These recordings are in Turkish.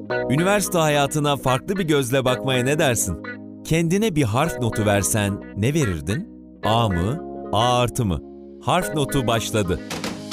Üniversite hayatına farklı bir gözle bakmaya ne dersin? Kendine bir harf notu versen ne verirdin? A mı? A artı mı? Harf notu başladı.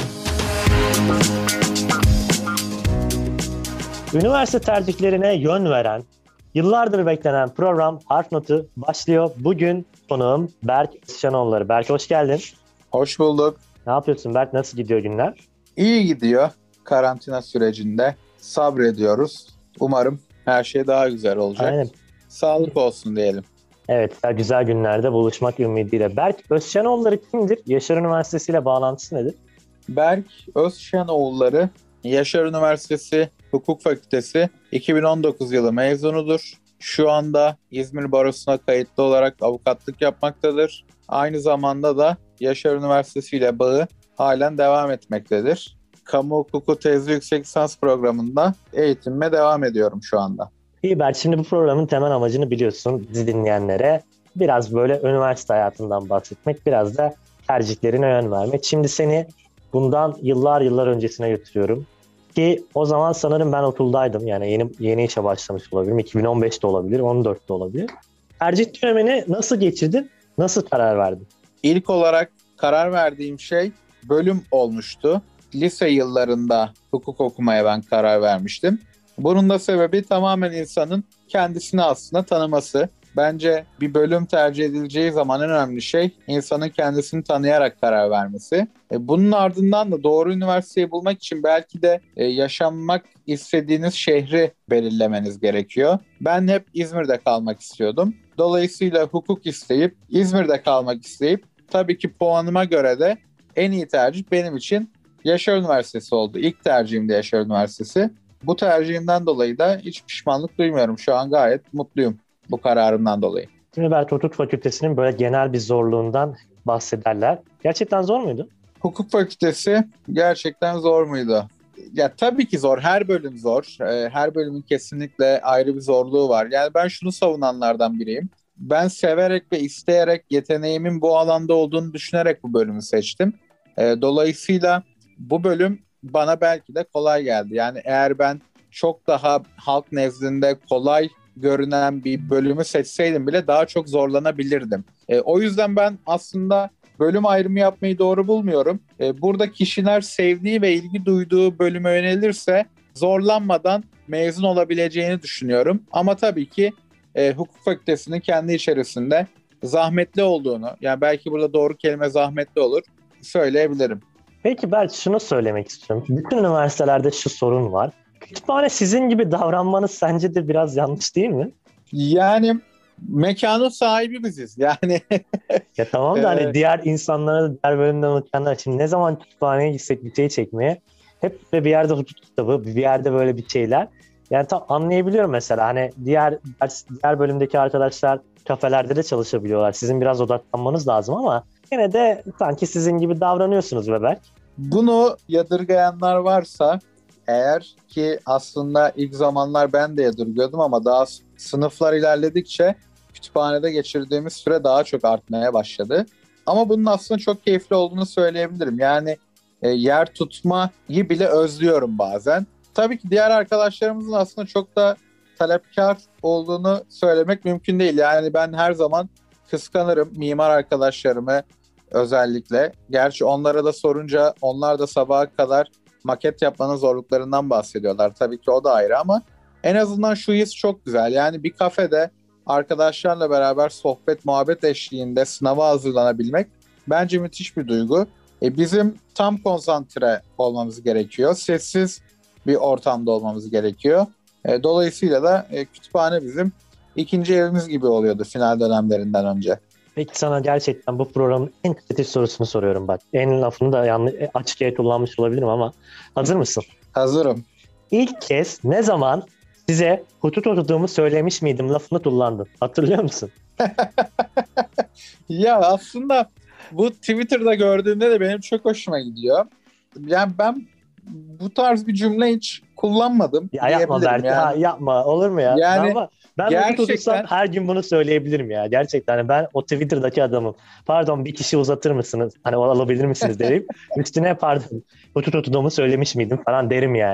Üniversite tercihlerine yön veren, yıllardır beklenen program Harf Notu başlıyor. Bugün konuğum Berk Özşenoğulları. Berk hoş geldin. Hoş bulduk. Ne yapıyorsun Berk? Nasıl gidiyor günler? İyi gidiyor. Karantina sürecinde sabrediyoruz. Umarım her şey daha güzel olacak. Aynen. Sağlık olsun diyelim. Evet, güzel günlerde buluşmak ümidiyle. Berk Özşenoğulları kimdir? Yaşar Üniversitesi ile bağlantısı nedir? Berk Özşenoğulları Yaşar Üniversitesi Hukuk Fakültesi 2019 yılı mezunudur. Şu anda İzmir Barosu'na kayıtlı olarak avukatlık yapmaktadır. Aynı zamanda da Yaşar Üniversitesi ile bağı halen devam etmektedir. Kamu hukuku tezli yüksek lisans programında eğitimime devam ediyorum şu anda. İyi Berk, şimdi bu programın temel amacını biliyorsun bizi dinleyenlere. Biraz böyle üniversite hayatından bahsetmek, biraz da tercihlerine yön vermek. Şimdi seni bundan yıllar öncesine götürüyorum. Ki o zaman sanırım ben okuldaydım. Yani yeni işe başlamış olabilirim. 2015'te olabilir, 14'te olabilir. Tercih dönemini nasıl geçirdin? Nasıl karar verdin? İlk olarak karar verdiğim şey bölüm olmuştu. Lise yıllarında hukuk okumaya ben karar vermiştim. Bunun da sebebi tamamen insanın kendisini aslında tanıması. Bence bir bölüm tercih edileceği zaman en önemli şey insanın kendisini tanıyarak karar vermesi. Bunun ardından da doğru üniversiteyi bulmak için belki de yaşamak istediğiniz şehri belirlemeniz gerekiyor. Ben hep İzmir'de kalmak istiyordum. Dolayısıyla hukuk isteyip, İzmir'de kalmak isteyip, tabii ki puanıma göre de en iyi tercih benim için Yaşar Üniversitesi oldu. İlk tercihim de Yaşar Üniversitesi. Bu tercihimden dolayı da hiç pişmanlık duymuyorum. Şu an gayet mutluyum bu kararımdan dolayı. Şimdi Berk, Hukuk Fakültesi'nin böyle genel bir zorluğundan bahsederler. Gerçekten zor muydu? Hukuk Fakültesi gerçekten zor muydu? Ya tabii ki zor. Her bölüm zor. Her bölümün kesinlikle ayrı bir zorluğu var. Yani ben şunu savunanlardan biriyim. Ben severek ve isteyerek, yeteneğimin bu alanda olduğunu düşünerek bu bölümü seçtim. Dolayısıyla bu bölüm bana belki de kolay geldi. Yani eğer ben çok daha halk nezdinde kolay görünen bir bölümü seçseydim bile daha çok zorlanabilirdim. O yüzden ben aslında bölüm ayrımı yapmayı doğru bulmuyorum. Burada kişiler sevdiği ve ilgi duyduğu bölüme yönelirse zorlanmadan mezun olabileceğini düşünüyorum. Ama tabii ki hukuk fakültesinin kendi içerisinde zahmetli olduğunu, yani belki burada doğru kelime zahmetli olur, söyleyebilirim. Peki Berk, şunu söylemek istiyorum. Bütün üniversitelerde şu sorun var. Kütüphane sizin gibi davranmanız sence de biraz yanlış değil mi? Yani mekanın sahibi biziz. Yani Ya tamam da hani diğer insanlara da diğer bölümden okuyanlar için ne zaman kütüphaneye gitsek bir şey çekmeye hep böyle bir yerde hukuk kitabı, bir yerde böyle bir şeyler. Yani tam anlayabiliyorum mesela hani diğer bölümdeki arkadaşlar kafelerde de çalışabiliyorlar. Sizin biraz odaklanmanız lazım ama yine de sanki sizin gibi davranıyorsunuz be Berk. bunu yadırgayanlar varsa eğer, ki aslında ilk zamanlar ben de yadırgıyordum ama daha sınıflar ilerledikçe kütüphanede geçirdiğimiz süre daha çok artmaya başladı. Ama bunun aslında çok keyifli olduğunu söyleyebilirim. Yani yer tutmayı bile özlüyorum bazen. Tabii ki diğer arkadaşlarımızın aslında çok da talepkar olduğunu söylemek mümkün değil. Yani ben her zaman kıskanırım mimar arkadaşlarımı özellikle. Gerçi onlara da sorunca onlar da sabaha kadar maket yapmanın zorluklarından bahsediyorlar. Tabii ki o da ayrı ama en azından şu his çok güzel. Yani bir kafede arkadaşlarla beraber sohbet, muhabbet eşliğinde sınava hazırlanabilmek bence müthiş bir duygu. Bizim tam konsantre olmamız gerekiyor. Sessiz bir ortamda olmamız gerekiyor. Dolayısıyla da kütüphane bizim ikinci evimiz gibi oluyordu final dönemlerinden önce. Peki sana gerçekten bu programın en kritik sorusunu soruyorum bak. En lafını da yanlış, açık yere kullanmış olabilirim ama hazır mısın? Hazırım. İlk kez ne zaman size hutut okuduğumu söylemiş miydim lafını kullandın? Hatırlıyor musun? Ya aslında bu Twitter'da gördüğümde de benim çok hoşuma gidiyor. Yani ben bu tarz bir cümle hiç kullanmadım Ya yapma diyebilirim Berk, yani. yapma olur mu ya? Yani ben hukuk okutsam her gün bunu söyleyebilirim ya. Gerçekten hani ben o Twitter'daki adamım. Pardon bir kişi uzatır mısınız? Hani alabilir misiniz derim. Üstüne pardon hukuk okuduğumu söylemiş miydim falan derim yani.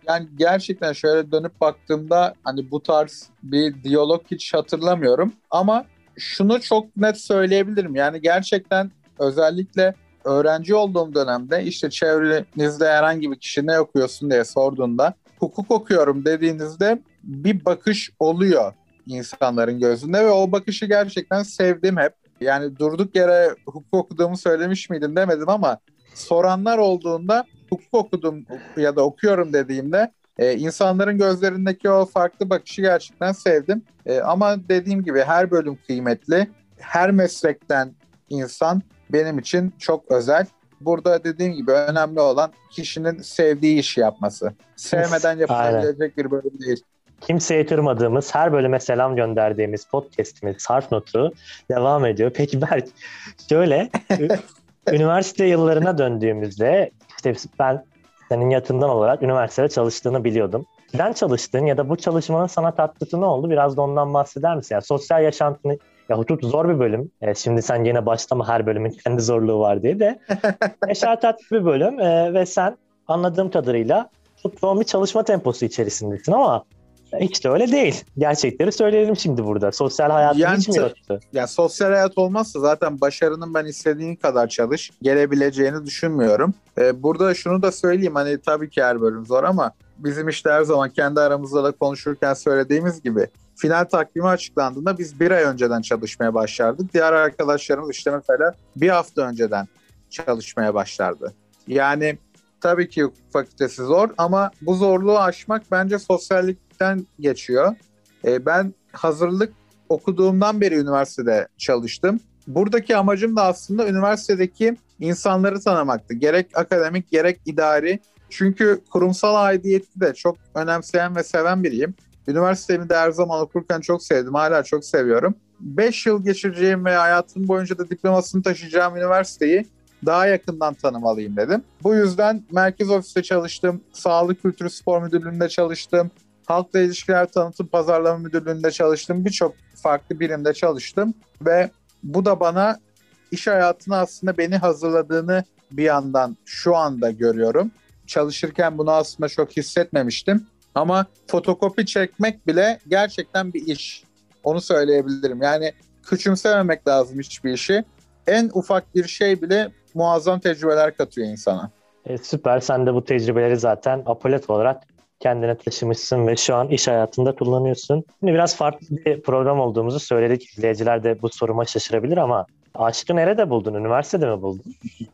Yani gerçekten şöyle dönüp baktığımda hani bu tarz bir diyalog hiç hatırlamıyorum. Ama şunu çok net söyleyebilirim. Yani gerçekten özellikle öğrenci olduğum dönemde işte çevrenizde herhangi bir kişi ne okuyorsun diye sorduğunda hukuk okuyorum dediğinizde bir bakış oluyor insanların gözünde ve o bakışı gerçekten sevdim hep. Yani durduk yere hukuk okuduğumu söylemiş miydim demedim ama soranlar olduğunda hukuk okudum ya da okuyorum dediğimde insanların gözlerindeki o farklı bakışı gerçekten sevdim. Ama dediğim gibi her bölüm kıymetli. Her meslekten insan benim için çok özel. Burada dediğim gibi önemli olan kişinin sevdiği işi yapması. Sevmeden Aynen. yapılabilecek bir bölüm değil. Kimseye kırmadığımız, her bölüme selam gönderdiğimiz podcast'imiz Harf Notu devam ediyor. Peki Berk, şöyle üniversite yıllarına döndüğümüzde işte ben senin yatından olarak üniversitede çalıştığını biliyordum. Neden çalıştın ya da bu çalışmanın sana katkısı ne oldu? Biraz da ondan bahseder misin? Yani sosyal yaşantını, ya hukuk zor bir bölüm. Şimdi sen yine başlama, her bölümün kendi zorluğu var diye de. Meşakkatli bir bölüm ve sen anladığım kadarıyla çok yoğun bir çalışma temposu içerisindesin ama hiç de öyle değil. Gerçekleri söyleyelim şimdi burada. Sosyal hayatın Yani, hiç mi yoktu? yani sosyal hayat olmazsa zaten başarının ben istediğin kadar çalış gelebileceğini düşünmüyorum. Burada şunu da söyleyeyim, hani tabii ki her bölüm zor ama bizim işte her zaman kendi aramızda da konuşurken söylediğimiz gibi final takvimi açıklandığında biz bir ay önceden çalışmaya başlardık. Diğer arkadaşlarımız işte mesela bir hafta önceden çalışmaya başlardı. Yani tabii ki hukuk fakültesi zor ama bu zorluğu aşmak bence sosyallikten geçiyor. Ben hazırlık okuduğumdan beri üniversitede çalıştım. Buradaki amacım da aslında üniversitedeki insanları tanımaktı. Gerek akademik gerek idari. Çünkü kurumsal aidiyeti de çok önemseyen ve seven biriyim. Üniversitemi de her zaman okurken çok sevdim. Hala çok seviyorum. 5 yıl geçireceğim ve hayatım boyunca da diplomasını taşıyacağım üniversiteyi daha yakından tanımalıyım dedim. Bu yüzden merkez ofiste çalıştım. Sağlık Kültürü Spor Müdürlüğü'nde çalıştım. Halkla İlişkiler Tanıtım Pazarlama Müdürlüğü'nde çalıştım. Birçok farklı birimde çalıştım ve bu da bana iş hayatına aslında beni hazırladığını bir yandan şu anda görüyorum. Çalışırken bunu aslında çok hissetmemiştim. Ama fotokopi çekmek bile gerçekten bir iş. Onu söyleyebilirim. Yani küçümsememek lazım hiçbir işi. En ufak bir şey bile muazzam tecrübeler katıyor insana. Süper. Sen de bu tecrübeleri zaten apolet olarak kendine taşımışsın ve şu an iş hayatında kullanıyorsun. Şimdi biraz farklı bir program olduğumuzu söyledik. İzleyiciler de bu soruma şaşırabilir ama aşkı nerede buldun? Üniversitede mi buldun?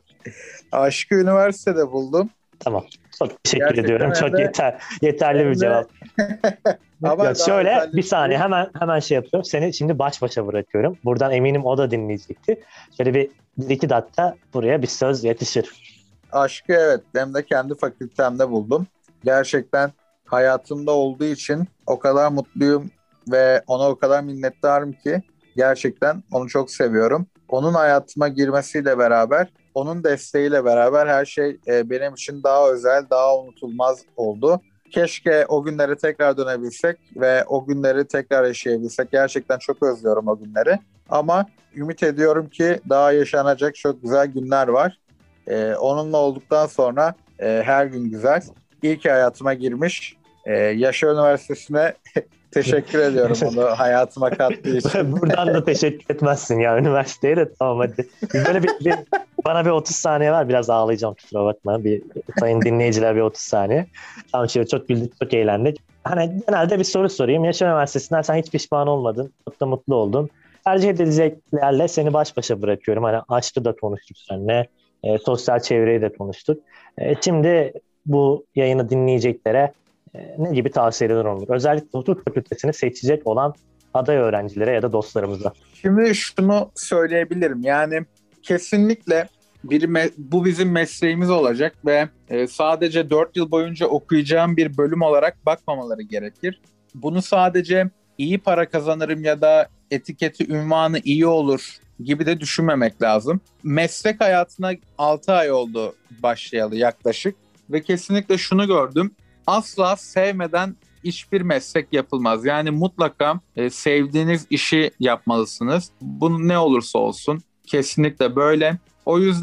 Aşkı üniversitede buldum. Tamam. Çok teşekkür Gerçekten ediyorum. Çok yeterli bir cevap. Ama Ya şöyle bir şey saniye hemen şey yapıyorum. Seni şimdi baş başa bırakıyorum. Buradan eminim o da dinleyecekti. Şöyle bir iki dakika buraya bir söz yetişir. Aşkı evet, hem de kendi fakültemde buldum. Gerçekten hayatımda olduğu için o kadar mutluyum ve ona o kadar minnettarım ki gerçekten onu çok seviyorum. Onun hayatıma girmesiyle beraber, onun desteğiyle beraber her şey benim için daha özel, daha unutulmaz oldu. Keşke o günlere tekrar dönebilsek ve o günleri tekrar yaşayabilsek. Gerçekten çok özlüyorum o günleri. Ama ümit ediyorum ki daha yaşanacak çok güzel günler var. Onunla olduktan sonra her gün güzel. İyi ki hayatıma girmiş. Yaşar Üniversitesi'ne teşekkür ediyorum onu hayatıma kattığı için. Buradan da teşekkür etmezsin ya üniversiteye de, tamam hadi. Böyle bana bir 30 saniye var, biraz ağlayacağım, kusura bakma. Bir sayın dinleyiciler bir 30 saniye. Tamam, şimdi çok güldük, çok eğlendik. Hani genelde bir soru sorayım. Yaşar Üniversitesi'nden sen hiç pişman olmadın, çok da mutlu oldun. Tercih edileceklerle seni baş başa bırakıyorum. Hani aşkı da konuştuk seninle, sosyal çevreyi de konuştuk. Şimdi bu yayını dinleyeceklere ne gibi tavsiyeler olur? Özellikle hukuk fakültesini seçecek olan aday öğrencilere ya da dostlarımıza. Şimdi şunu söyleyebilirim. Yani kesinlikle bu bizim mesleğimiz olacak ve sadece 4 yıl boyunca okuyacağım bir bölüm olarak bakmamaları gerekir. Bunu sadece iyi para kazanırım ya da etiketi, ünvanı iyi olur gibi de düşünmemek lazım. Meslek hayatına 6 ay oldu başlayalı yaklaşık ve kesinlikle şunu gördüm. Asla sevmeden hiçbir meslek yapılmaz. Yani mutlaka sevdiğiniz işi yapmalısınız. Bu ne olursa olsun kesinlikle böyle. O yüzden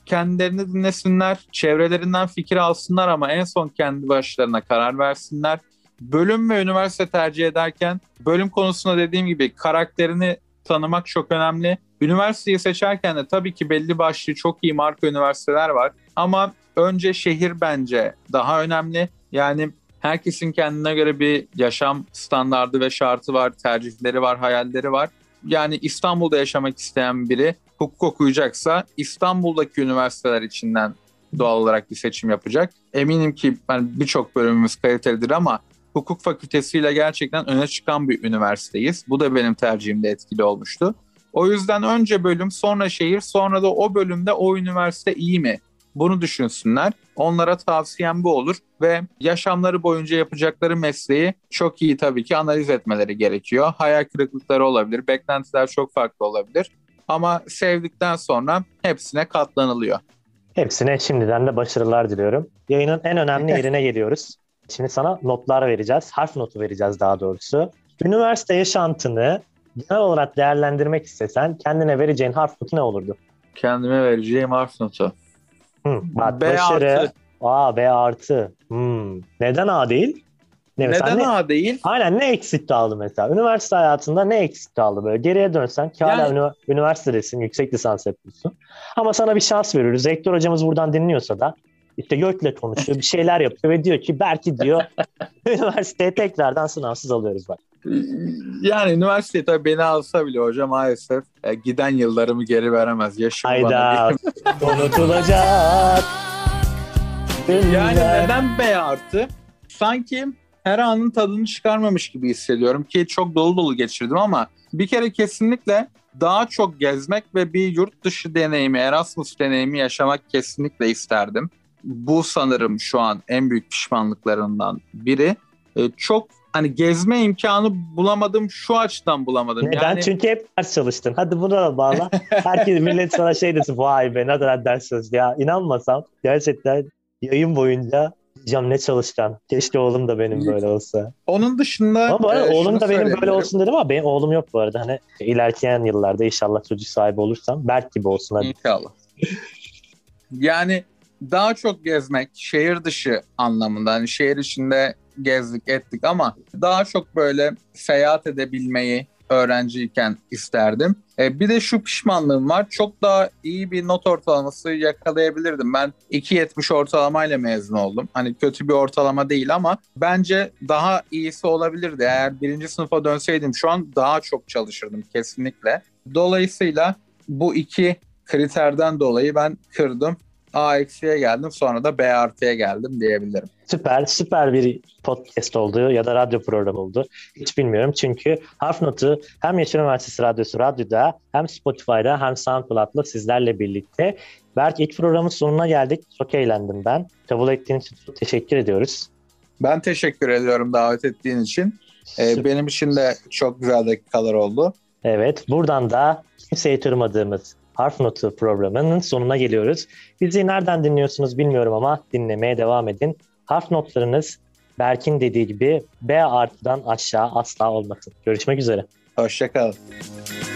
kendilerini dinlesinler, çevrelerinden fikir alsınlar ama en son kendi başlarına karar versinler. Bölüm ve üniversite tercih ederken bölüm konusunda dediğim gibi karakterini tanımak çok önemli. Üniversiteyi seçerken de tabii ki belli başlı çok iyi marka üniversiteler var ama önce şehir bence daha önemli. Yani herkesin kendine göre bir yaşam standardı ve şartı var, tercihleri var, hayalleri var. Yani İstanbul'da yaşamak isteyen biri hukuk okuyacaksa İstanbul'daki üniversiteler içinden doğal olarak bir seçim yapacak. Eminim ki birçok bölümümüz kalitelidir ama hukuk fakültesiyle gerçekten öne çıkan bir üniversiteyiz. Bu da benim tercihimde etkili olmuştu. O yüzden önce bölüm, sonra şehir, sonra da o bölümde o üniversite iyi mi? Bunu düşünsünler. Onlara tavsiyem bu olur ve yaşamları boyunca yapacakları mesleği çok iyi tabii ki analiz etmeleri gerekiyor. Hayal kırıklıkları olabilir, beklentiler çok farklı olabilir ama sevdikten sonra hepsine katlanılıyor. Hepsine şimdiden de başarılar diliyorum. Yayının en önemli yerine geliyoruz. Şimdi sana notlar vereceğiz. Harf notu vereceğiz daha doğrusu. Üniversite yaşantını genel olarak değerlendirmek istesen kendine vereceğin harf notu ne olurdu? Kendime vereceğim harf notu. Bak, B başarı. artı. B artı. Neden A değil? Neden A değil? Aynen, ne eksik kaldı mesela? Üniversite hayatında ne eksik kaldı böyle? Geriye dönsen ki hala üniversitedesin, yüksek lisans yapıyorsun. Ama sana bir şans veriyoruz. Rektör hocamız buradan dinliyorsa da işte Gök'le konuşuyor, bir şeyler yapıyor ve diyor ki belki diyor üniversiteye tekrardan sınavsız alıyoruz bak. Yani üniversiteye tabii beni alsa bile hocam maalesef giden yıllarımı geri veremez. Yaşım Hayda, unutulacak. Yani neden B artı? Sanki her anın tadını çıkarmamış gibi hissediyorum ki çok dolu dolu geçirdim ama bir kere kesinlikle daha çok gezmek ve bir yurt dışı deneyimi, Erasmus deneyimi yaşamak kesinlikle isterdim. Bu sanırım şu an en büyük pişmanlıklarından biri. Çok gezme imkanı bulamadım, şu açıdan bulamadım. Neden? Yani... Çünkü hep ders çalıştın. Hadi buna da bağla. Herkes, millet sana şey desin, vay be ne kadar ders çalıştı. Ya inanmasam gerçekten yayın boyunca diyeceğim ne çalışkan. Keşke oğlum da benim böyle olsa. Onun dışında... Ama bu arada oğlum da benim böyle olsun dedim ama benim oğlum yok bu arada. Hani ilerleyen yıllarda inşallah çocuk sahibi olursam Berk gibi olsun hadi. İnşallah. Yani daha çok gezmek, şehir dışı anlamında. Şehir içinde gezdik ettik ama daha çok böyle seyahat edebilmeyi öğrenciyken isterdim. Bir de şu pişmanlığım var. Çok daha iyi bir not ortalaması yakalayabilirdim. Ben 2.70 ortalamayla mezun oldum. Kötü bir ortalama değil ama bence daha iyisi olabilirdi. Eğer birinci sınıfa dönseydim şu an daha çok çalışırdım kesinlikle. Dolayısıyla bu iki kriterden dolayı ben kırdım. A eksiye geldim, sonra da B artıya geldim diyebilirim. Süper bir podcast oldu ya da radyo programı oldu. Hiç bilmiyorum çünkü harf notu hem Yaşar Üniversitesi Radyosu radyoda hem Spotify'da hem SoundCloud'da sizlerle birlikte. Berk, ilk programın sonuna geldik. Çok eğlendim ben. Kabul ettiğin için çok teşekkür ediyoruz. Ben teşekkür ediyorum davet ettiğin için. Benim için de çok güzel dakikalar oldu. Evet, buradan da kimseyi kırmadığımız Harf Notu programının sonuna geliyoruz. Bizi nereden dinliyorsunuz bilmiyorum ama dinlemeye devam edin. Harf notlarınız Berk'in dediği gibi B artıdan aşağı asla olmasın. Görüşmek üzere. Hoşça kalın.